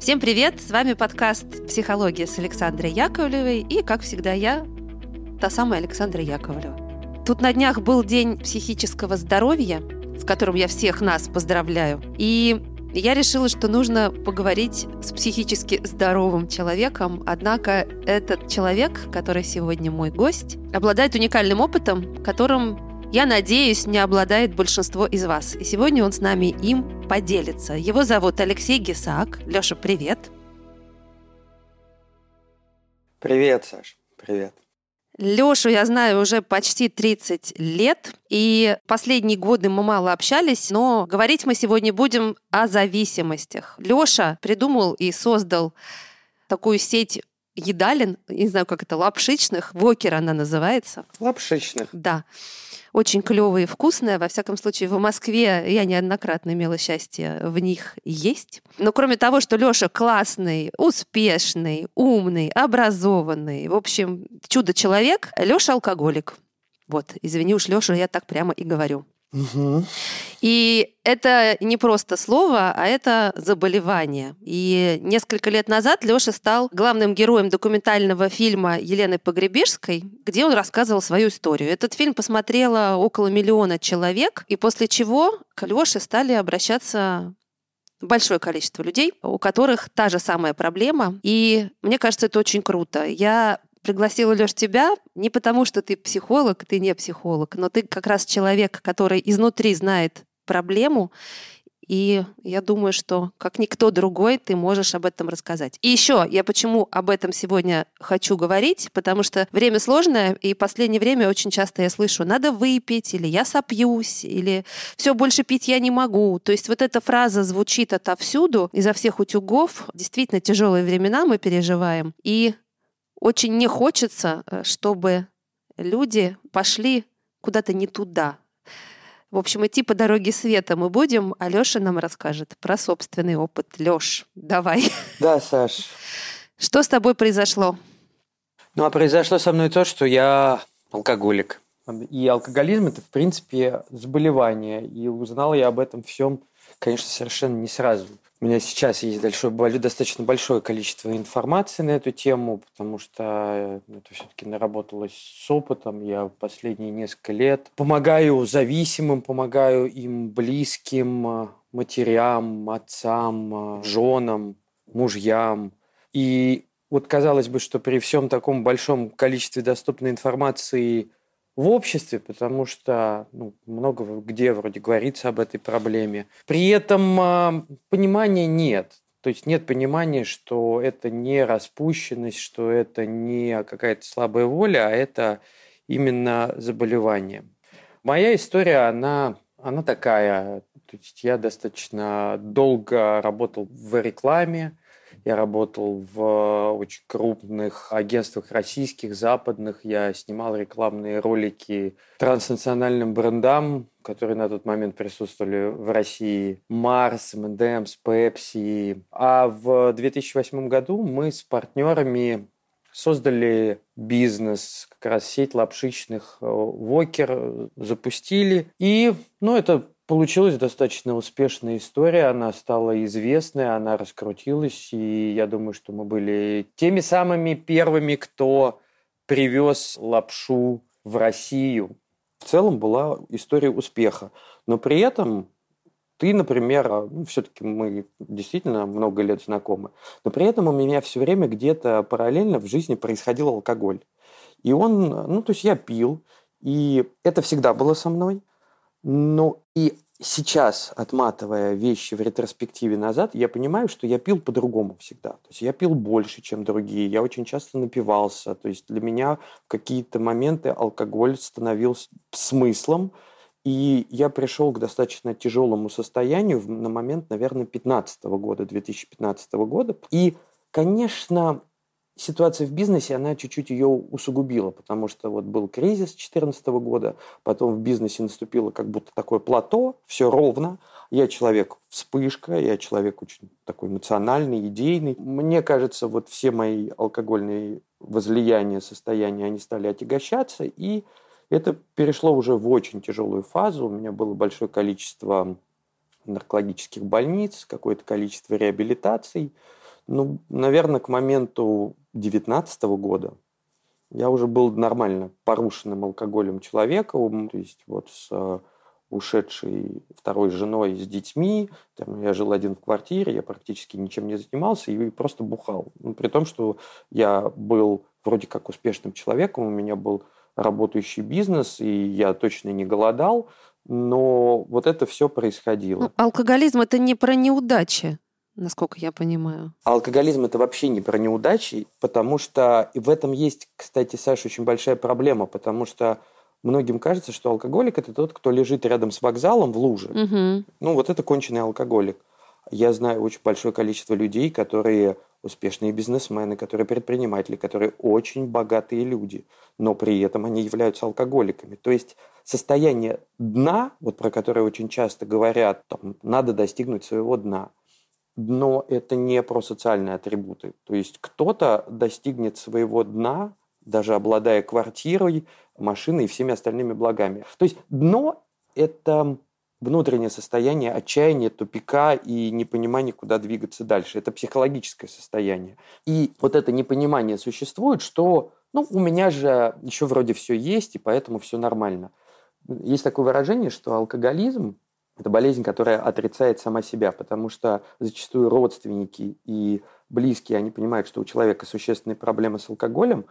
Всем привет! С вами подкаст «Психология» с Александрой Яковлевой. И, как всегда, я, та самая Александра Яковлева. Тут на днях был День психического здоровья, с которым я всех нас поздравляю. И я решила, что нужно поговорить с психически здоровым человеком. Однако этот человек, который сегодня мой гость, обладает уникальным опытом, которым, я надеюсь, не обладает большинство из вас. И сегодня он с нами им поделится. Его зовут Алексей Гесаак. Леша, привет. Привет, Саш. Привет. Лешу я знаю уже почти 30 лет, и последние годы мы мало общались, но говорить мы сегодня будем о зависимостях. Леша придумал и создал такую сеть едалин, не знаю, как это, лапшичных, Вокер она называется. Лапшичных. Да. Очень клевые и вкусные. Во всяком случае, в Москве я неоднократно имела счастье в них есть. Но кроме того, что Леша классный, успешный, умный, образованный, в общем, чудо-человек, Леша алкоголик. Вот, извини уж, Леша, я так прямо и говорю. Угу. И это не просто слово, а это заболевание. И несколько лет назад Леша стал главным героем документального фильма Елены Погребежской, где он рассказывал свою историю. Этот фильм посмотрело около 1 миллиона человек, и после чего к Леше стали обращаться большое количество людей, у которых та же самая проблема. И мне кажется, это очень круто. Я пригласила, Лёш, тебя не потому, что ты психолог, ты не психолог, но ты как раз человек, который изнутри знает проблему, и я думаю, что как никто другой ты можешь об этом рассказать. И еще я почему об этом сегодня хочу говорить, потому что время сложное, и в последнее время очень часто я слышу: надо выпить, или я сопьюсь, или все, больше пить я не могу. То есть вот эта фраза звучит отовсюду, изо всех утюгов. Действительно, тяжелые времена мы переживаем, и очень не хочется, чтобы люди пошли куда-то не туда. В общем, идти по дороге света мы будем, а Леша нам расскажет про собственный опыт. Леш, давай. Да, Саш. Что с тобой произошло? А произошло со мной то, что я алкоголик. И алкоголизм – это, в принципе, заболевание. И узнал я об этом всем, конечно, совершенно не сразу. У меня сейчас есть достаточно большое количество информации на эту тему, потому что это все-таки наработалось с опытом. Я последние несколько лет помогаю зависимым, помогаю им близким, матерям, отцам, женам, мужьям. И вот казалось бы, что при всем таком большом количестве доступной информации в обществе, потому что много где вроде говорится об этой проблеме. При этом понимания нет. То есть нет понимания, что это не распущенность, что это не какая-то слабая воля, а это именно заболевание. Моя история, она такая. То есть я достаточно долго работал в рекламе. Я работал в очень крупных агентствах российских, западных. Я снимал рекламные ролики транснациональным брендам, которые на тот момент присутствовали в России. Марс, M&M's, Pepsi. А в 2008 году мы с партнерами создали бизнес, как раз сеть лапшичных Вокер запустили. И, это получилась достаточно успешная история, она стала известной, она раскрутилась, и я думаю, что мы были теми самыми первыми, кто привез лапшу в Россию. В целом была история успеха, но при этом ты, например, все-таки мы действительно много лет знакомы, но при этом у меня все время где-то параллельно в жизни происходил алкоголь. И то есть я пил, и это всегда было со мной. И сейчас, отматывая вещи в ретроспективе назад, я понимаю, что я пил по-другому всегда. То есть я пил больше, чем другие. Я очень часто напивался. То есть для меня в какие-то моменты алкоголь становился смыслом. И я пришел к достаточно тяжелому состоянию на момент, наверное, 2015 года. И, конечно, ситуация в бизнесе, она чуть-чуть ее усугубила, потому что был кризис 2014 года, потом в бизнесе наступило как будто такое плато, все ровно. Я человек вспышка, я человек очень такой эмоциональный, идейный. Мне кажется, все мои алкогольные возлияния, состояния, они стали отягощаться, и это перешло уже в очень тяжелую фазу. У меня было большое количество наркологических больниц, какое-то количество реабилитаций. Ну, наверное, к моменту 19 года я уже был нормально порушенным алкоголем человеком, то есть вот с ушедшей второй женой, с детьми. Там я жил один в квартире, я практически ничем не занимался и просто бухал. Ну, при том, что я был вроде как успешным человеком, у меня был работающий бизнес, и я точно не голодал, но вот это все происходило. Ну, алкоголизм это не про неудачи, насколько я понимаю. А алкоголизм – это вообще не про неудачи, потому что и в этом есть, кстати, Саша, очень большая проблема, потому что многим кажется, что алкоголик – это тот, кто лежит рядом с вокзалом в луже. Угу. Ну, вот это конченый алкоголик. Я знаю очень большое количество людей, которые успешные бизнесмены, которые предприниматели, которые очень богатые люди, но при этом они являются алкоголиками. То есть состояние дна, вот про которое очень часто говорят, там, надо достигнуть своего дна, но это не про социальные атрибуты. То есть кто-то достигнет своего дна, даже обладая квартирой, машиной и всеми остальными благами. То есть дно – это внутреннее состояние отчаяния, тупика и непонимания, куда двигаться дальше. Это психологическое состояние. И вот это непонимание существует, что ну, у меня же еще вроде все есть, и поэтому все нормально. Есть такое выражение, что алкоголизм – это болезнь, которая отрицает сама себя, потому что зачастую родственники и близкие, они понимают, что у человека существенные проблемы с алкоголем,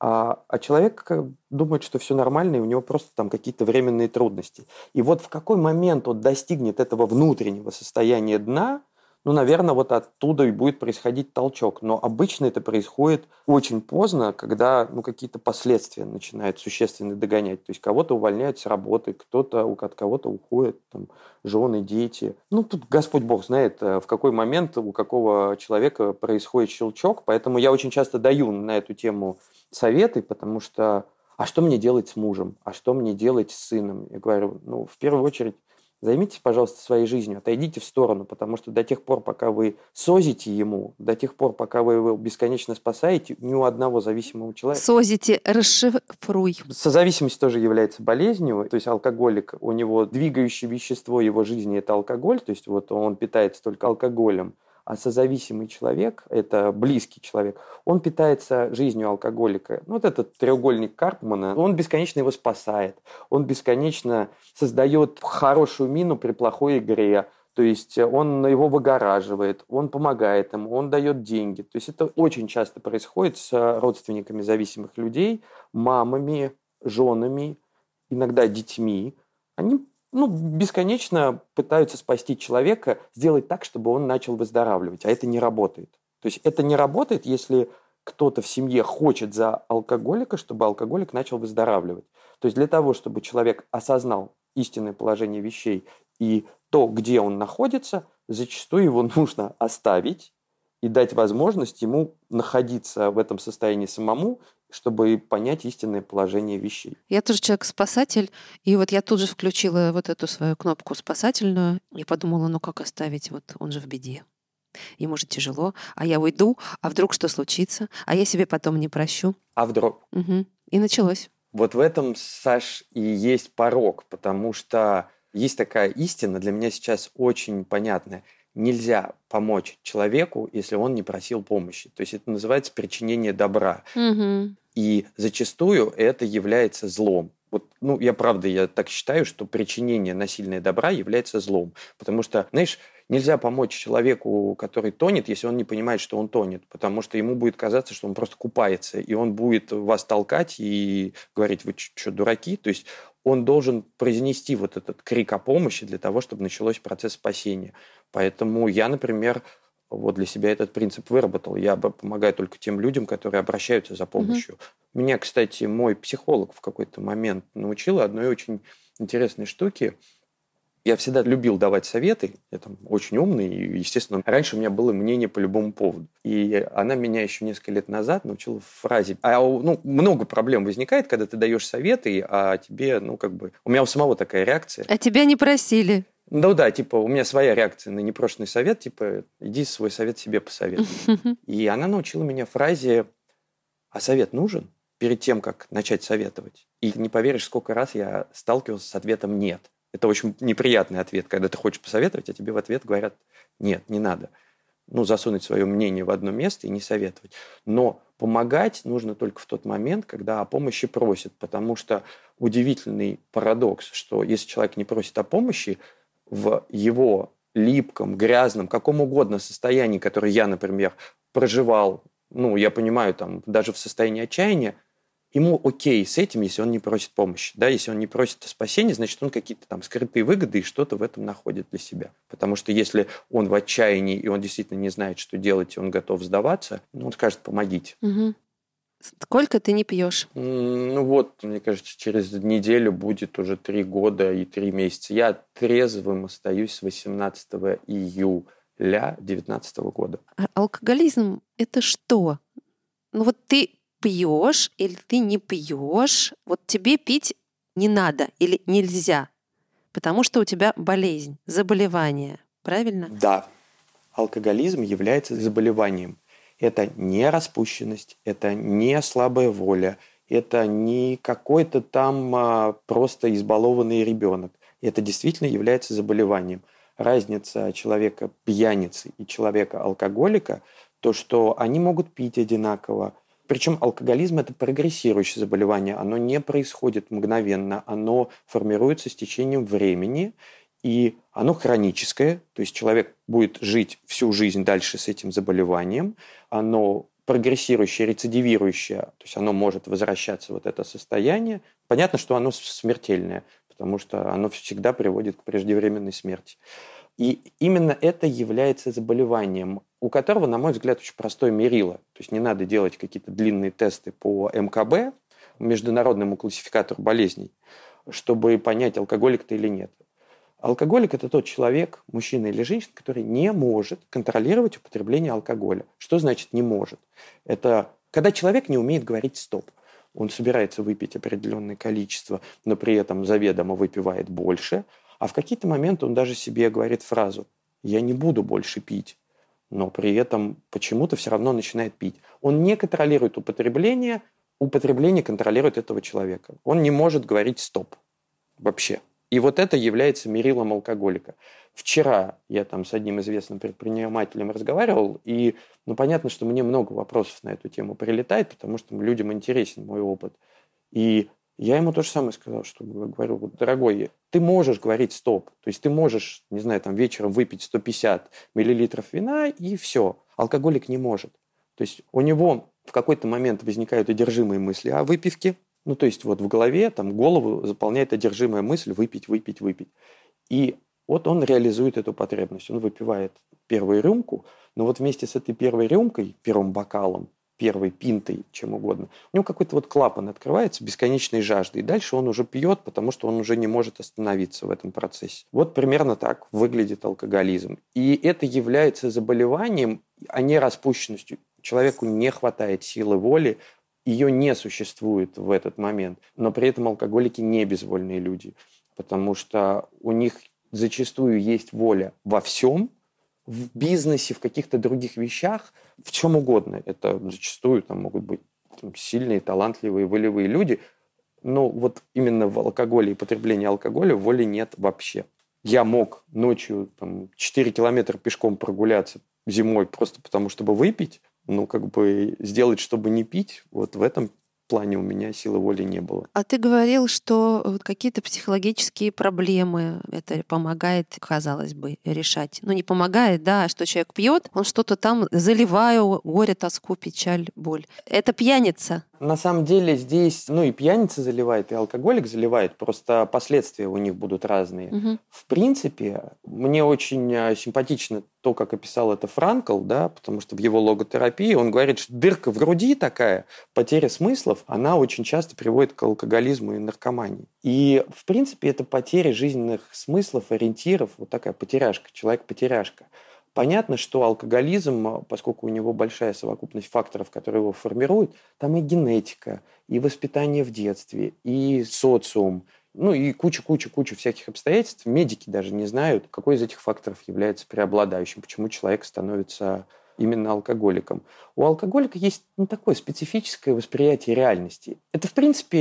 а человек думает, что все нормально, и у него просто там какие-то временные трудности. И вот в какой момент он достигнет этого внутреннего состояния дна, ну, наверное, вот оттуда и будет происходить толчок. Но обычно это происходит очень поздно, когда ну, какие-то последствия начинают существенно догонять. То есть кого-то увольняют с работы, кто-то от кого-то уходят, там, жены, дети. Ну, тут Господь Бог знает, в какой момент у какого человека происходит щелчок. Поэтому я очень часто даю на эту тему советы, потому что а что мне делать с мужем? А что мне делать с сыном? Я говорю, ну, в первую очередь, займитесь, пожалуйста, своей жизнью, отойдите в сторону, потому что до тех пор, пока вы созите ему, до тех пор, пока вы его бесконечно спасаете, ни у одного зависимого человека... Созите, расшифруй. Созависимость тоже является болезнью, то есть алкоголик, у него двигающее вещество его жизни – это алкоголь, то есть вот он питается только алкоголем, а созависимый человек, это близкий человек, он питается жизнью алкоголика. Вот этот треугольник Карпмана, он бесконечно его спасает, он бесконечно создает хорошую мину при плохой игре, то есть он его выгораживает, он помогает ему, он дает деньги. То есть это очень часто происходит с родственниками зависимых людей, мамами, женами, иногда детьми. Они бесконечно пытаются спасти человека, сделать так, чтобы он начал выздоравливать, а это не работает. То есть это не работает, если кто-то в семье хочет за алкоголика, чтобы алкоголик начал выздоравливать. То есть для того, чтобы человек осознал истинное положение вещей и то, где он находится, зачастую его нужно оставить и дать возможность ему находиться в этом состоянии самому, чтобы понять истинное положение вещей. Я тоже человек-спасатель, и вот я тут же включила вот эту свою кнопку спасательную и подумала, ну как оставить, вот он же в беде. Ему же тяжело, а я уйду, а вдруг что случится, а я себе потом не прощу. А вдруг? Угу. И началось. Вот в этом, Саш, и есть порок, потому что есть такая истина, для меня сейчас очень понятная. Нельзя помочь человеку, если он не просил помощи. То есть это называется причинение добра. Угу. И зачастую это является злом. Вот, я так считаю, что причинение насильного добра является злом. Потому что, знаешь, нельзя помочь человеку, который тонет, если он не понимает, что он тонет. Потому что ему будет казаться, что он просто купается. И он будет вас толкать и говорить, вы что, дураки? То есть он должен произнести вот этот крик о помощи для того, чтобы начался процесс спасения. Поэтому я, например, вот для себя этот принцип выработал. Я помогаю только тем людям, которые обращаются за помощью. Меня, кстати, мой психолог в какой-то момент научил одной очень интересной штуке. Я всегда любил давать советы, я там очень умный, и, естественно, раньше у меня было мнение по любому поводу. И она меня еще несколько лет назад научила фразе. Много проблем возникает, когда ты даешь советы, а тебе, у меня у самого такая реакция. А тебя не просили. Ну да, у меня своя реакция на непрошенный совет, иди свой совет себе посоветуй. И она научила меня фразе, а совет нужен перед тем, как начать советовать. И не поверишь, сколько раз я сталкивался с ответом «нет». Это очень неприятный ответ, когда ты хочешь посоветовать, а тебе в ответ говорят «нет, не надо». засунуть свое мнение в одно место и не советовать. Но помогать нужно только в тот момент, когда о помощи просят, потому что удивительный парадокс, что если человек не просит о помощи, в его липком, грязном, каком угодно состоянии, которое я, например, проживал, я понимаю, там, даже в состоянии отчаяния, ему окей с этим, если он не просит помощи. Да? Если он не просит о спасении, значит, он какие-то там скрытые выгоды и что-то в этом находит для себя. Потому что если он в отчаянии, и он действительно не знает, что делать, и он готов сдаваться, он скажет «помогите». Угу. Сколько ты не пьешь? Мне кажется, через неделю будет уже 3 года и 3 месяца. Я трезвым остаюсь с 18 июля 2019 года. А алкоголизм – это что? Ты пьешь или ты не пьешь, тебе пить не надо или нельзя, потому что у тебя болезнь, заболевание, правильно? Да, алкоголизм является заболеванием. Это не распущенность, это не слабая воля, это не какой-то там просто избалованный ребенок. Это действительно является заболеванием. Разница человека-пьяницы и человека-алкоголика – то, что они могут пить одинаково. Причем алкоголизм – это прогрессирующее заболевание. Оно не происходит мгновенно, оно формируется с течением времени, и оно хроническое, то есть человек будет жить всю жизнь дальше с этим заболеванием, оно прогрессирующее, рецидивирующее, то есть оно может возвращаться в это состояние. Понятно, что оно смертельное, потому что оно всегда приводит к преждевременной смерти. И именно это является заболеванием, у которого, на мой взгляд, очень простое мерило. То есть не надо делать какие-то длинные тесты по МКБ, международному классификатору болезней, чтобы понять, алкоголик ты или нет. Алкоголик – это тот человек, мужчина или женщина, который не может контролировать употребление алкоголя. Что значит «не может»? Это когда человек не умеет говорить «стоп». Он собирается выпить определенное количество, но при этом заведомо выпивает больше, а в какие-то моменты он даже себе говорит фразу «я не буду больше пить», но при этом почему-то все равно начинает пить. Он не контролирует употребление контролирует этого человека. Он не может говорить «стоп» вообще. И это является мерилом алкоголика. Вчера я с одним известным предпринимателем разговаривал, и понятно, что мне много вопросов на эту тему прилетает, потому что людям интересен мой опыт. И я ему то же самое сказал, что говорю, дорогой, ты можешь говорить «стоп», то есть ты можешь, не знаю, вечером выпить 150 миллилитров вина, и все. Алкоголик не может. То есть у него в какой-то момент возникают одержимые мысли о выпивке, то есть в голове, голову заполняет одержимая мысль выпить. И он реализует эту потребность. Он выпивает первую рюмку, но вместе с этой первой рюмкой, первым бокалом, первой пинтой, чем угодно, у него какой-то клапан открывается бесконечной жаждой. И дальше он уже пьет, потому что он уже не может остановиться в этом процессе. Примерно так выглядит алкоголизм. И это является заболеванием, а не распущенностью. Человеку не хватает силы воли, ее не существует в этот момент. Но при этом алкоголики не безвольные люди, потому что у них зачастую есть воля во всем, в бизнесе, в каких-то других вещах, в чем угодно. Это зачастую могут быть сильные, талантливые, волевые люди, но именно в алкоголе и потреблении алкоголя воли нет вообще. Я мог ночью 4 километра пешком прогуляться зимой просто потому, чтобы выпить, сделать, чтобы не пить, в этом плане у меня силы воли не было. А ты говорил, что какие-то психологические проблемы это помогает, казалось бы, решать. Не помогает, да, что человек пьет, он что-то там заливая горе, тоску, печаль, боль. Это пьяница. На самом деле здесь, и пьяница заливает, и алкоголик заливает, просто последствия у них будут разные. Угу. В принципе, мне очень симпатично то, как описал это Франкл, да, потому что в его логотерапии он говорит, что дырка в груди такая, потеря смыслов, она очень часто приводит к алкоголизму и наркомании. И, в принципе, это потеря жизненных смыслов, ориентиров, такая потеряшка, человек-потеряшка. Понятно, что алкоголизм, поскольку у него большая совокупность факторов, которые его формируют, там и генетика, и воспитание в детстве, и социум, и куча всяких обстоятельств. Медики даже не знают, какой из этих факторов является преобладающим, почему человек становится именно алкоголиком. У алкоголика есть такое специфическое восприятие реальности. Это, в принципе,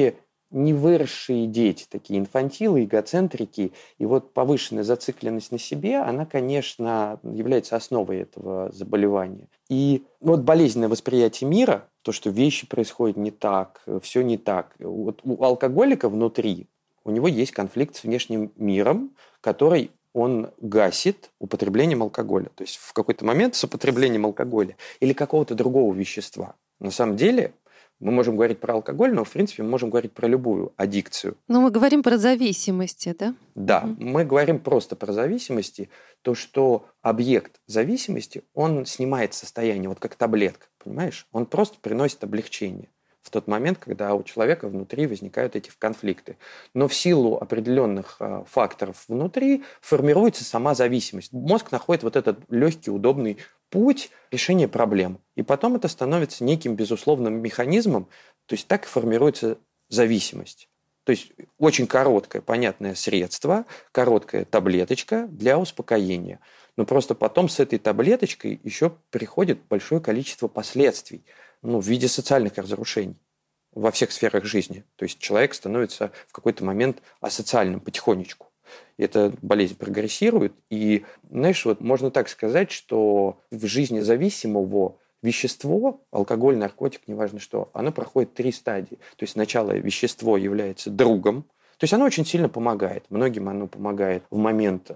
невыросшие дети, такие инфантилы, эгоцентрики. И вот повышенная зацикленность на себе, она, конечно, является основой этого заболевания. И вот болезненное восприятие мира, то, что вещи происходят не так, все не так. Вот у алкоголика внутри, у него есть конфликт с внешним миром, который он гасит употреблением алкоголя. То есть в какой-то момент с употреблением алкоголя или какого-то другого вещества. На самом деле мы можем говорить про алкоголь, но, в принципе, мы можем говорить про любую аддикцию. Но мы говорим про зависимости, да? Да, мы говорим просто про зависимости, то, что объект зависимости, он снимает состояние, вот как таблетка, понимаешь? Он просто приносит облегчение в тот момент, когда у человека внутри возникают эти конфликты. Но в силу определенных факторов внутри формируется сама зависимость. Мозг находит вот этот легкий, удобный путь решения проблем. И потом это становится неким безусловным механизмом, то есть так и формируется зависимость. То есть очень короткое, понятное средство, короткая таблеточка для успокоения. Но просто потом с этой таблеточкой еще приходит большое количество последствий, в виде социальных разрушений во всех сферах жизни. То есть человек становится в какой-то момент асоциальным потихонечку. Эта болезнь прогрессирует. И, знаешь, вот можно так сказать, что в жизни зависимого вещество, алкоголь, наркотик, неважно что, оно проходит 3 стадии. То есть сначала вещество является другом, то есть оно очень сильно помогает. Многим оно помогает в момент,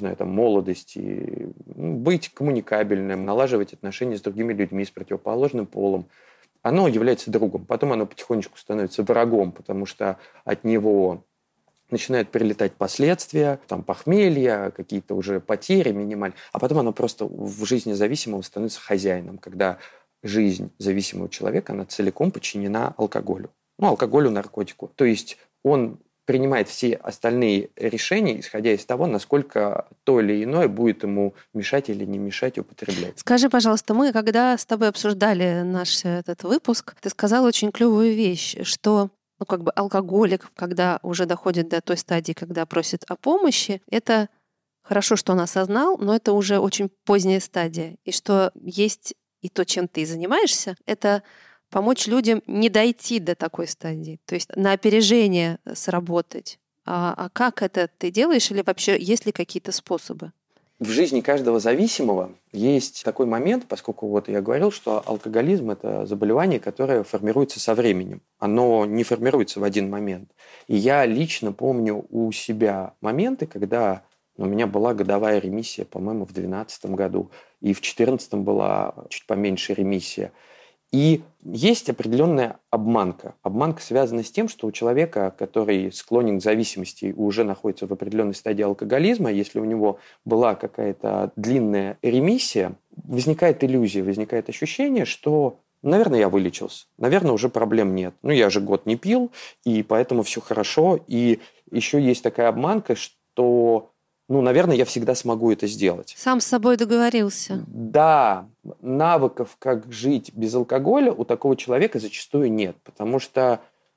молодости, быть коммуникабельным, налаживать отношения с другими людьми, с противоположным полом. Оно является другом. Потом оно потихонечку становится врагом, потому что от него начинают прилетать последствия, похмелья, какие-то уже потери минимальные. А потом оно просто в жизни зависимого становится хозяином, когда жизнь зависимого человека, она целиком подчинена алкоголю. Алкоголю, наркотику. То есть он принимает все остальные решения, исходя из того, насколько то или иное будет ему мешать или не мешать употреблять. Скажи, пожалуйста, мы, когда с тобой обсуждали наш этот выпуск, ты сказал очень клевую вещь, что алкоголик, когда уже доходит до той стадии, когда просит о помощи, это хорошо, что он осознал, но это уже очень поздняя стадия. И что есть и то, чем ты занимаешься, это помочь людям не дойти до такой стадии. То есть на опережение сработать. А как это ты делаешь? Или вообще есть ли какие-то способы? В жизни каждого зависимого есть такой момент, поскольку я говорил, что алкоголизм – это заболевание, которое формируется со временем. Оно не формируется в один момент. И я лично помню у себя моменты, когда у меня была годовая ремиссия, по-моему, в 2012 году, и в 2014 была чуть поменьше ремиссия. И есть определенная обманка. Обманка связана с тем, что у человека, который склонен к зависимости и уже находится в определенной стадии алкоголизма, если у него была какая-то длинная ремиссия, возникает иллюзия, возникает ощущение, что, наверное, я вылечился, наверное, уже проблем нет. Я же год не пил, и поэтому все хорошо. И еще есть такая обманка, что наверное, я всегда смогу это сделать. Сам с собой договорился. Да, навыков, как жить без алкоголя, у такого человека зачастую нет, потому что,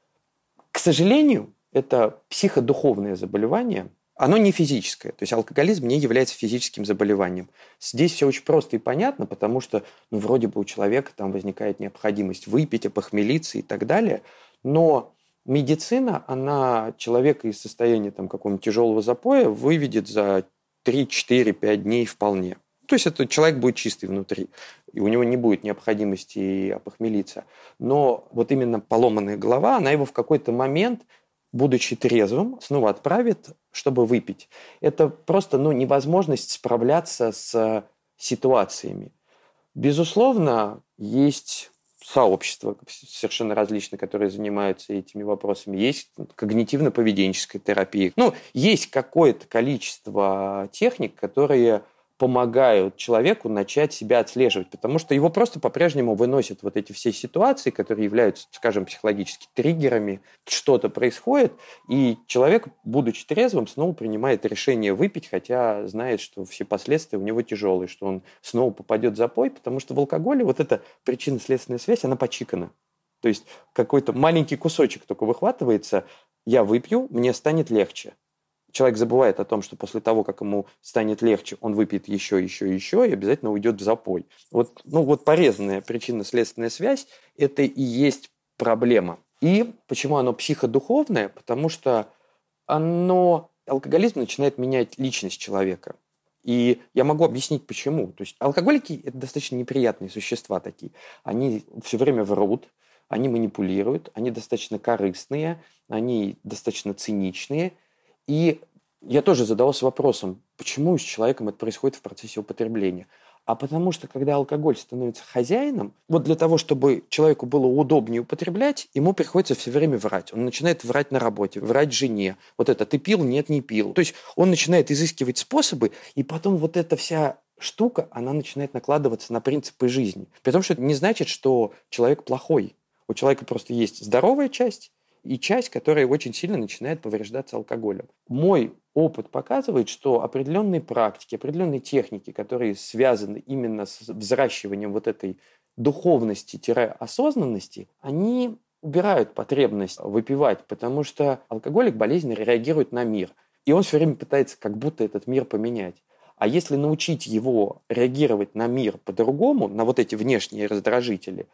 к сожалению, это психодуховное заболевание, оно не физическое, то есть алкоголизм не является физическим заболеванием. Здесь все очень просто и понятно, потому что, вроде бы у человека там возникает необходимость выпить, опохмелиться и так далее, но медицина, она человека из состояния какого-нибудь тяжелого запоя выведет за 3, 4, 5 дней вполне. То есть этот человек будет чистый внутри, и у него не будет необходимости опохмелиться. Но вот именно поломанная голова, она его в какой-то момент, будучи трезвым, снова отправит, чтобы выпить. Это просто невозможность справляться с ситуациями. Безусловно, есть сообщества совершенно различные, которые занимаются этими вопросами. Есть когнитивно-поведенческая терапия. Есть какое-то количество техник, которые помогают человеку начать себя отслеживать, потому что его просто по-прежнему выносят вот эти все ситуации, которые являются, скажем, психологически триггерами. Что-то происходит, и человек, будучи трезвым, снова принимает решение выпить, хотя знает, что все последствия у него тяжелые, что он снова попадет в запой, потому что в алкоголе вот эта причинно-следственная связь, она почикана. То есть какой-то маленький кусочек только выхватывается, я выпью, мне станет легче. Человек забывает о том, что после того, как ему станет легче, он выпьет еще и обязательно уйдет в запой. Вот порезанная причинно-следственная связь – это и есть проблема. И почему оно психодуховное? Потому что алкоголизм начинает менять личность человека. И я могу объяснить, почему. То есть алкоголики – это достаточно неприятные существа такие. Они все время врут, они манипулируют, они достаточно корыстные, они достаточно циничные. И я тоже задавался вопросом, почему с человеком это происходит в процессе употребления. А потому что, когда алкоголь становится хозяином, вот для того, чтобы человеку было удобнее употреблять, ему приходится все время врать. Он начинает врать на работе, врать жене. Вот это «ты пил? Нет, не пил». То есть он начинает изыскивать способы, и потом вот эта вся штука, она начинает накладываться на принципы жизни. При том, что это не значит, что человек плохой. У человека просто есть здоровая часть и часть, которая очень сильно начинает повреждаться алкоголем. Мой опыт показывает, что определенные практики, определенные техники, которые связаны именно с взращиванием вот этой духовности-осознанности, они убирают потребность выпивать, потому что алкоголик болезненно реагирует на мир. И он все время пытается как будто этот мир поменять. А если научить его реагировать на мир по-другому, на вот эти внешние раздражители,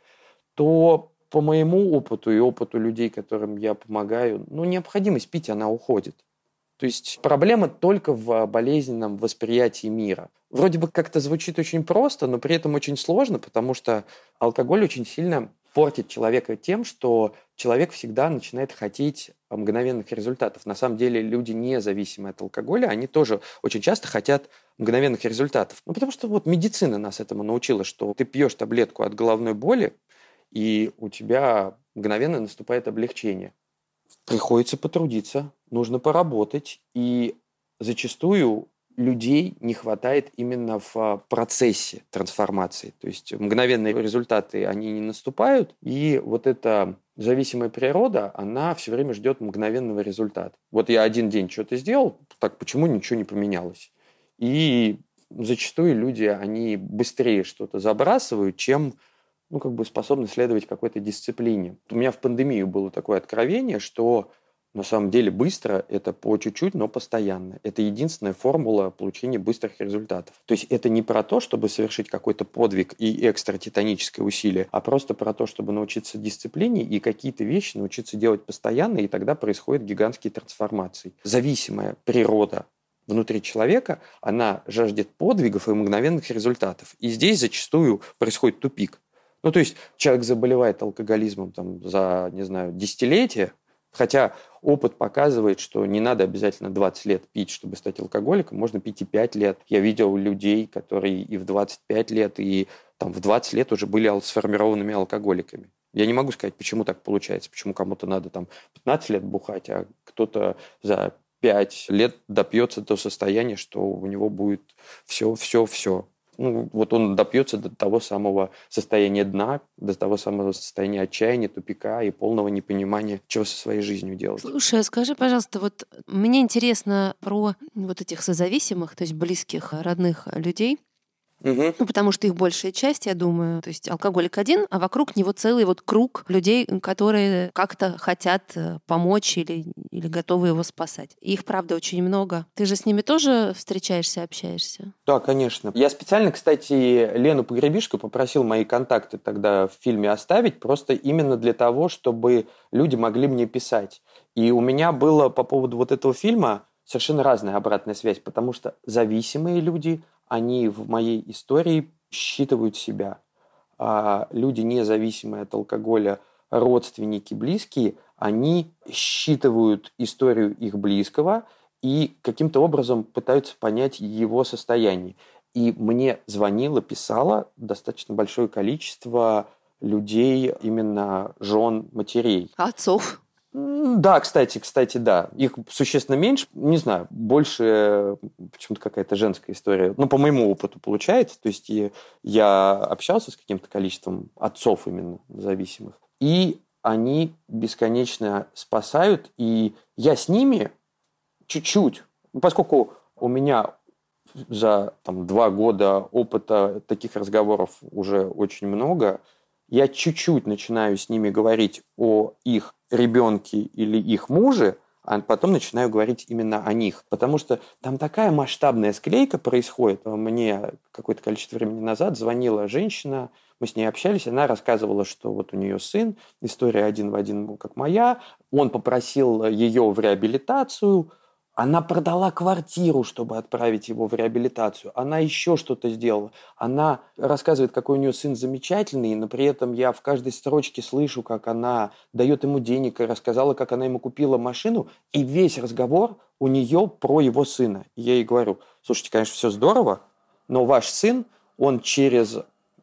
то по моему опыту и опыту людей, которым я помогаю, необходимость пить, она уходит. То есть проблема только в болезненном восприятии мира. Вроде бы как-то звучит очень просто, но при этом очень сложно, потому что алкоголь очень сильно портит человека тем, что человек всегда начинает хотеть мгновенных результатов. На самом деле люди, независимые от алкоголя, они тоже очень часто хотят мгновенных результатов. Потому что вот медицина нас этому научила, что ты пьешь таблетку от головной боли, и у тебя мгновенно наступает облегчение. Приходится потрудиться, нужно поработать, и зачастую людей не хватает именно в процессе трансформации. То есть мгновенные результаты, они не наступают, и вот эта зависимая природа, она все время ждет мгновенного результата. Вот я один день что-то сделал, так почему ничего не поменялось? И зачастую люди, они быстрее что-то забрасывают, чем способны следовать какой-то дисциплине. У меня в пандемию было такое откровение, что на самом деле быстро – это по чуть-чуть, но постоянно. Это единственная формула получения быстрых результатов. То есть это не про то, чтобы совершить какой-то подвиг и экстратитаническое усилие, а просто про то, чтобы научиться дисциплине и какие-то вещи научиться делать постоянно, и тогда происходят гигантские трансформации. Зависимая природа внутри человека, она жаждет подвигов и мгновенных результатов. И здесь зачастую происходит тупик. То есть человек заболевает алкоголизмом за, десятилетия, хотя опыт показывает, что не надо обязательно 20 лет пить, чтобы стать алкоголиком, можно пить и 5 лет. Я видел людей, которые и в 25 лет, и в 20 лет уже были сформированными алкоголиками. Я не могу сказать, почему так получается, почему кому-то надо 15 лет бухать, а кто-то за 5 лет допьется до состояния, что у него будет все. Вот он допьется до того самого состояния дна, до того самого состояния отчаяния, тупика и полного непонимания, чего со своей жизнью делать. Слушай, а скажи, пожалуйста, вот мне интересно про вот этих созависимых, то есть близких, родных людей. Угу. Потому что их большая часть, я думаю, то есть алкоголик один, а вокруг него целый круг людей, которые как-то хотят помочь или готовы его спасать. И их, правда, очень много. Ты же с ними тоже встречаешься, общаешься? Да, конечно. Я специально, кстати, Лену Погребишскую попросил мои контакты тогда в фильме оставить, просто именно для того, чтобы люди могли мне писать. И у меня было по поводу вот этого фильма совершенно разная обратная связь, потому что зависимые люди, они в моей истории считывают себя. А люди, независимые от алкоголя, родственники, близкие, они считывают историю их близкого и каким-то образом пытаются понять его состояние. И мне звонило, писало достаточно большое количество людей, именно жен, матерей. Отцов? Да, кстати, да. Их существенно меньше. Не знаю, больше почему-то какая-то женская история. По моему опыту получается. То есть я общался с каким-то количеством отцов именно зависимых. И они бесконечно спасают. И я с ними чуть-чуть, поскольку у меня за 2 года опыта таких разговоров уже очень много, я чуть-чуть начинаю с ними говорить о их ребенке или их муже, а потом начинаю говорить именно о них. Потому что там такая масштабная склейка происходит. Мне какое-то количество времени назад звонила женщина, мы с ней общались, она рассказывала, что вот у нее сын, история один в один, как моя, он попросил ее в реабилитацию, она продала квартиру, чтобы отправить его в реабилитацию. Она еще что-то сделала. Она рассказывает, какой у нее сын замечательный, но при этом я в каждой строчке слышу, как она дает ему денег и рассказала, как она ему купила машину. И весь разговор у нее про его сына. И я ей говорю, слушайте, конечно, все здорово, но ваш сын, он через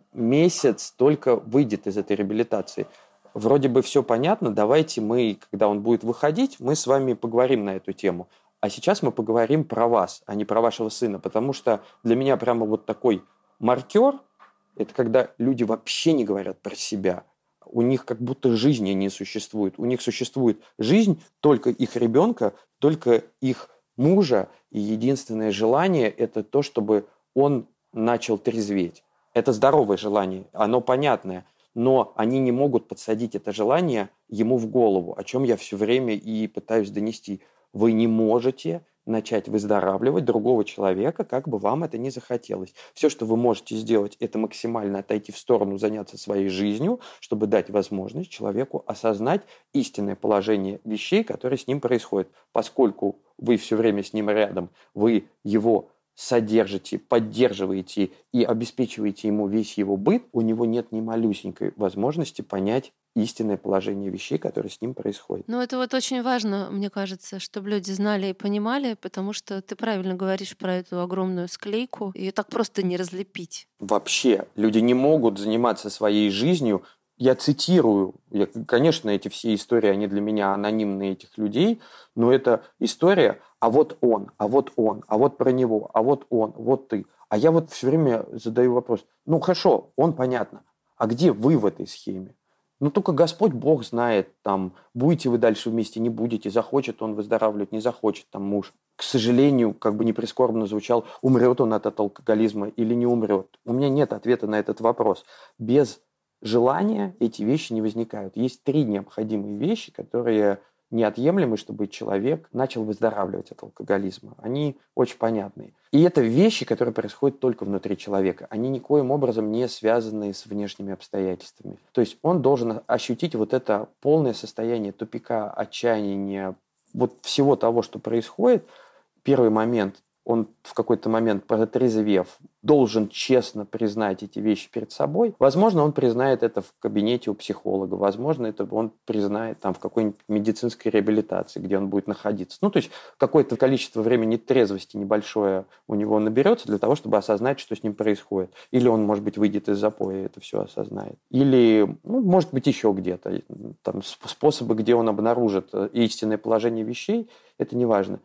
месяц только выйдет из этой реабилитации. Вроде бы все понятно, давайте мы, когда он будет выходить, мы с вами поговорим на эту тему. А сейчас мы поговорим про вас, а не про вашего сына, потому что для меня прямо вот такой маркер – это когда люди вообще не говорят про себя. У них как будто жизни не существует. У них существует жизнь только их ребенка, только их мужа, и единственное желание – это то, чтобы он начал трезветь. Это здоровое желание, оно понятное, но они не могут подсадить это желание ему в голову, о чем я все время и пытаюсь донести. Вы не можете начать выздоравливать другого человека, как бы вам это ни захотелось. Все, что вы можете сделать, это максимально отойти в сторону, заняться своей жизнью, чтобы дать возможность человеку осознать истинное положение вещей, которые с ним происходят. Поскольку вы все время с ним рядом, вы его содержите, поддерживаете и обеспечиваете ему весь его быт, у него нет ни малюсенькой возможности понять истинное положение вещей, которые с ним происходят. Ну, это вот очень важно, мне кажется, чтобы люди знали и понимали, потому что ты правильно говоришь про эту огромную склейку. Ее так просто не разлепить. Вообще, люди не могут заниматься своей жизнью. Я цитирую, конечно, эти все истории, они для меня анонимные этих людей, но это история, а вот он, а вот он, а вот про него, а вот он, вот ты. А я вот все время задаю вопрос, ну хорошо, он понятно, а где вы в этой схеме? Ну, только Господь Бог знает, там, будете вы дальше вместе, не будете, захочет он выздоравливать, не захочет там муж. К сожалению, как бы не прискорбно звучал, умрет он от алкоголизма или не умрет. У меня нет ответа на этот вопрос. Без желания эти вещи не возникают. Есть 3 необходимые вещи, которые неотъемлемы, чтобы человек начал выздоравливать от алкоголизма. Они очень понятные. И это вещи, которые происходят только внутри человека. Они никоим образом не связаны с внешними обстоятельствами. То есть он должен ощутить вот это полное состояние тупика, отчаяния, вот всего того, что происходит. Первый момент, он в какой-то момент, протрезвев, должен честно признать эти вещи перед собой. Возможно, он признает это в кабинете у психолога, возможно, это он признает там в какой-нибудь медицинской реабилитации, где он будет находиться. Ну, то есть какое-то количество времени трезвости небольшое у него наберется для того, чтобы осознать, что с ним происходит. Или он, может быть, выйдет из запоя и это все осознает. Или, ну, может быть, еще где-то. Там способы, где он обнаружит истинное положение вещей, это не важно.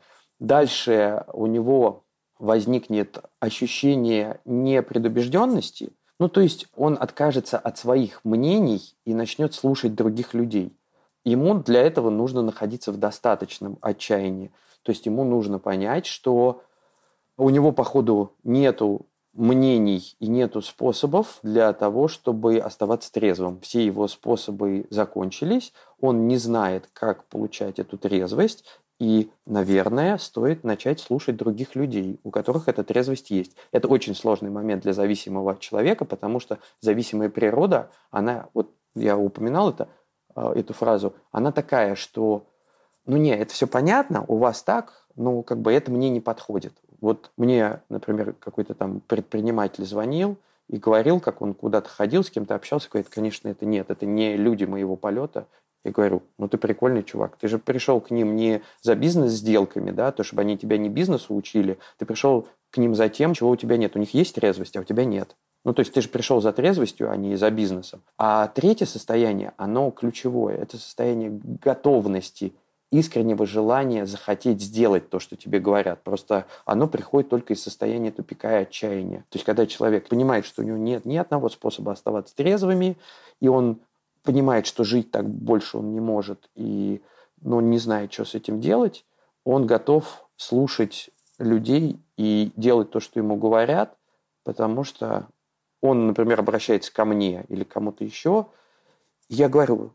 Дальше у него возникнет ощущение непредубежденности, ну, то есть он откажется от своих мнений и начнет слушать других людей. Ему для этого нужно находиться в достаточном отчаянии. То есть ему нужно понять, что у него, походу, нету мнений и нету способов для того, чтобы оставаться трезвым. Все его способы закончились, он не знает, как получать эту трезвость, и, наверное, стоит начать слушать других людей, у которых эта трезвость есть. Это очень сложный момент для зависимого человека, потому что зависимая природа, она, вот я упоминал эту фразу, она такая, что, ну не, это все понятно, у вас так, но как бы это мне не подходит. Вот мне, например, какой-то там предприниматель звонил и говорил, как он куда-то ходил, с кем-то общался, говорит, конечно, это нет, это не люди моего полета. Я говорю, ну ты прикольный чувак, ты же пришел к ним не за бизнес-сделками, да, то, чтобы они тебя не бизнесу учили, ты пришел к ним за тем, чего у тебя нет. У них есть трезвость, а у тебя нет. Ну, то есть ты же пришел за трезвостью, а не за бизнесом. А третье состояние, оно ключевое, это состояние готовности, искреннего желания захотеть сделать то, что тебе говорят. Просто оно приходит только из состояния тупика и отчаяния. То есть когда человек понимает, что у него нет ни одного способа оставаться трезвыми, и он понимает, что жить так больше он не может, и не знает, что с этим делать, он готов слушать людей и делать то, что ему говорят, потому что он, например, обращается ко мне или к кому-то еще, и я говорю,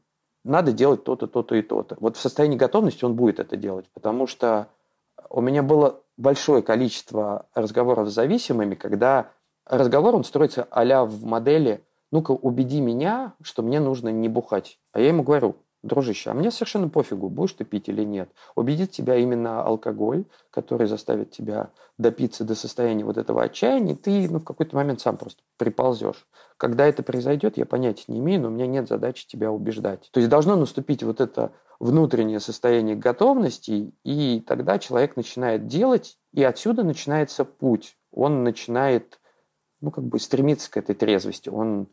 надо делать то-то, то-то и то-то. Вот в состоянии готовности он будет это делать, потому что у меня было большое количество разговоров с зависимыми, когда разговор, он строится а-ля в модели «ну-ка, убеди меня, что мне нужно не бухать». А я ему говорю: дружище, а мне совершенно пофигу, будешь ты пить или нет. Убедит тебя именно алкоголь, который заставит тебя допиться до состояния вот этого отчаяния, и ты в какой-то момент сам просто приползешь. Когда это произойдет, я понятия не имею, но у меня нет задачи тебя убеждать. То есть должно наступить вот это внутреннее состояние готовности, и тогда человек начинает делать, и отсюда начинается путь. Он начинает, стремиться к этой трезвости. Он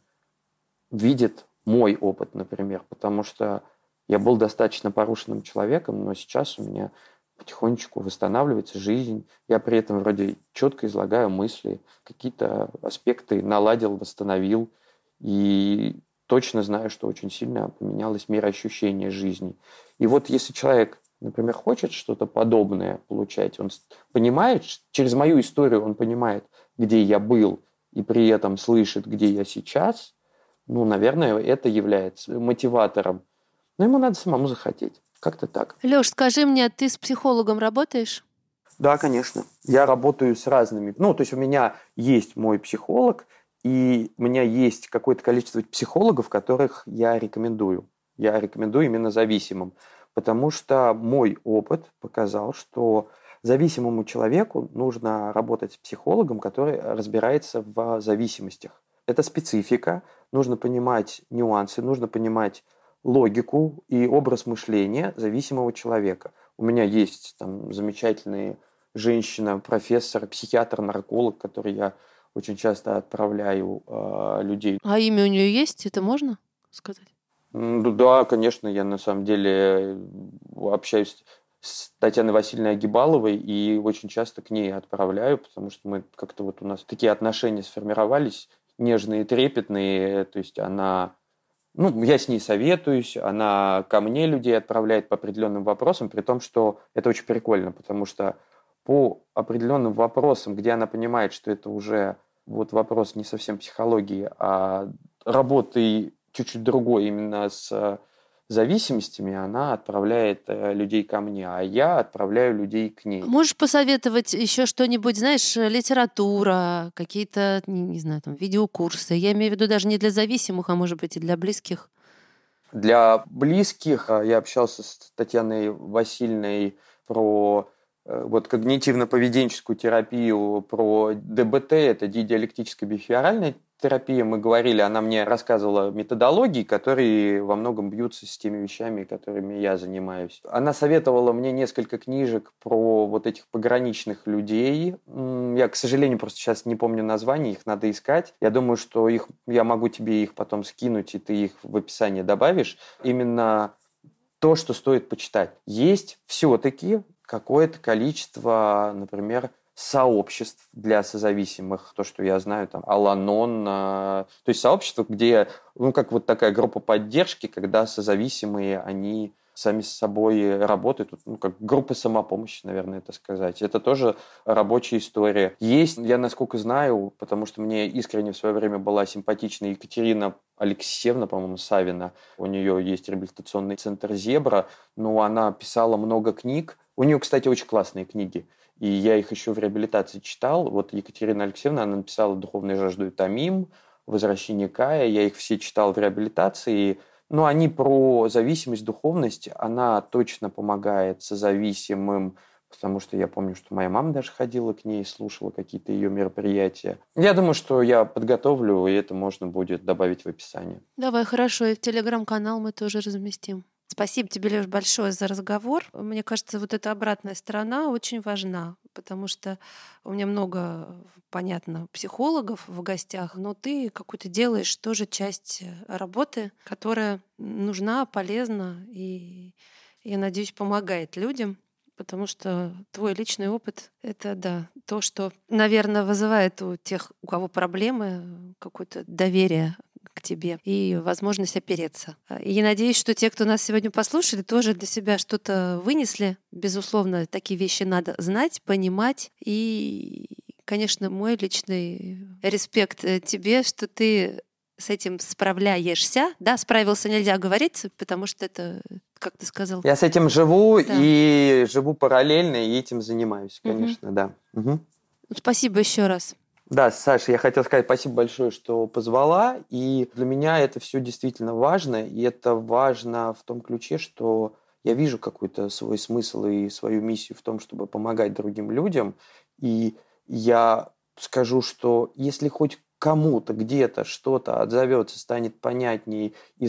видит мой опыт, например, потому что я был достаточно порушенным человеком, но сейчас у меня потихонечку восстанавливается жизнь. Я при этом вроде четко излагаю мысли, какие-то аспекты наладил, восстановил. И точно знаю, что очень сильно поменялось мироощущение жизни. И вот если человек, например, хочет что-то подобное получать, он понимает, через мою историю он понимает, где я был, и при этом слышит, где я сейчас, наверное, это является мотиватором. Но ему надо самому захотеть. Как-то так. Лёш, скажи мне, ты с психологом работаешь? Да, конечно. Я работаю с разными. То есть у меня есть мой психолог, и у меня есть какое-то количество психологов, которых я рекомендую. Я рекомендую именно зависимым. Потому что мой опыт показал, что зависимому человеку нужно работать с психологом, который разбирается в зависимостях. Это специфика, нужно понимать нюансы, нужно понимать логику и образ мышления зависимого человека. У меня есть замечательные женщина, профессор, психиатр, нарколог, который я очень часто отправляю людей. А имя у нее есть? Это можно сказать? Да, конечно, я на самом деле общаюсь с Татьяной Васильевной Агибаловой и очень часто к ней отправляю, потому что мы как-то у нас такие отношения сформировались, нежные, трепетные, то есть она... я с ней советуюсь, она ко мне людей отправляет по определенным вопросам, при том, что это очень прикольно, потому что по определенным вопросам, где она понимает, что это уже вопрос не совсем психологии, а работы чуть-чуть другой именно с зависимостями, она отправляет людей ко мне, а я отправляю людей к ней. Можешь посоветовать еще что-нибудь, знаешь, литература, какие-то, не знаю, видеокурсы? Я имею в виду даже не для зависимых, а может быть и для близких. Для близких я общался с Татьяной Васильевной про когнитивно-поведенческую терапию, про ДБТ, это диалектическая бихевиоральная терапия. Мы говорили, она мне рассказывала методологии, которые во многом бьются с теми вещами, которыми я занимаюсь. Она советовала мне несколько книжек про этих пограничных людей. Я, к сожалению, просто сейчас не помню названий, их надо искать. Я думаю, что я могу тебе их потом скинуть, и ты их в описании добавишь. Именно то, что стоит почитать. Есть все-таки какое-то количество, например, сообществ для созависимых, то, что я знаю, Ал-Анон, то есть сообщество, где, такая группа поддержки, когда созависимые, они сами с собой работают, как группа самопомощи, наверное, это сказать. Это тоже рабочая история. Есть, я насколько знаю, потому что мне искренне в свое время была симпатична Екатерина Алексеевна, по-моему, Савина. У нее есть реабилитационный центр «Зебра», но она писала много книг. У нее, кстати, очень классные книги. И я их еще в реабилитации читал. Екатерина Алексеевна, она написала «Духовную жажду и томим», «Возвращение Кая». Я их все читал в реабилитации. Но они про зависимость, духовность. Она точно помогает созависимым, потому что я помню, что моя мама даже ходила к ней, слушала какие-то ее мероприятия. Я думаю, что я подготовлю, и это можно будет добавить в описание. Давай, хорошо, и в телеграм-канал мы тоже разместим. Спасибо тебе, Лёш, большое за разговор. Мне кажется, эта обратная сторона очень важна, потому что у меня много, понятно, психологов в гостях, но ты какую-то делаешь тоже часть работы, которая нужна, полезна и, я надеюсь, помогает людям, потому что твой личный опыт — это, да, то, что, наверное, вызывает у тех, у кого проблемы, какое-то доверие к тебе и возможность опереться. И я надеюсь, что те, кто нас сегодня послушали, тоже для себя что-то вынесли. Безусловно, такие вещи надо знать, понимать. И, конечно, мой личный респект тебе, что ты с этим справляешься. Да, справился нельзя говорить, потому что это, как ты сказал... Я с этим живу, да. и живу параллельно, и этим занимаюсь, конечно, да. Угу. Спасибо еще раз. Да, Саша, я хотел сказать спасибо большое, что позвала. И для меня это все действительно важно. И это важно в том ключе, что я вижу какой-то свой смысл и свою миссию в том, чтобы помогать другим людям. И я скажу, что если хоть кому-то где-то что-то отзовется, станет понятнее,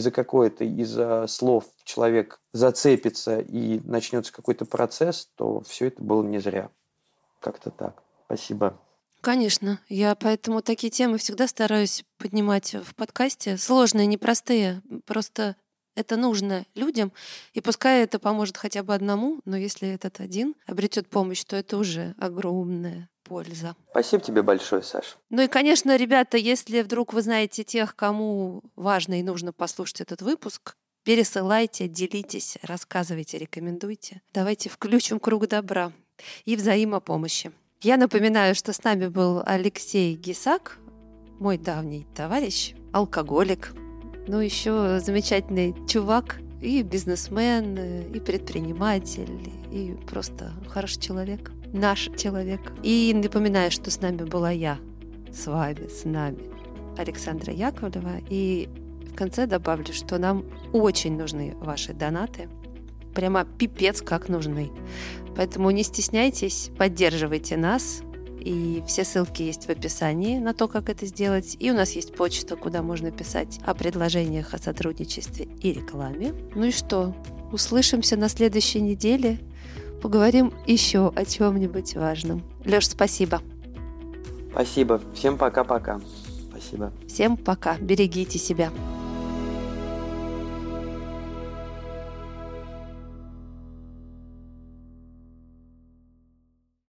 из-за слов человек зацепится и начнется какой-то процесс, то все это было не зря. Как-то так. Спасибо. Конечно. Я поэтому такие темы всегда стараюсь поднимать в подкасте. Сложные, непростые. Просто это нужно людям. И пускай это поможет хотя бы одному, но если этот один обретет помощь, то это уже огромная польза. Спасибо тебе большое, Саша. Ну и, конечно, ребята, если вдруг вы знаете тех, кому важно и нужно послушать этот выпуск, пересылайте, делитесь, рассказывайте, рекомендуйте. Давайте включим круг добра и взаимопомощи. Я напоминаю, что с нами был Алексей Гисак, мой давний товарищ, алкоголик, ну еще замечательный чувак и бизнесмен, и предприниматель, и просто хороший человек, наш человек. И напоминаю, что с нами была я, с нами, Александра Яковлева. И в конце добавлю, что нам очень нужны ваши донаты. Прямо пипец как нужны. Поэтому не стесняйтесь, поддерживайте нас. И все ссылки есть в описании на то, как это сделать. И у нас есть почта, куда можно писать о предложениях о сотрудничестве и рекламе. Ну и что? Услышимся на следующей неделе. Поговорим еще о чем-нибудь важном. Лёш, спасибо. Спасибо. Всем пока-пока. Спасибо. Всем пока. Берегите себя.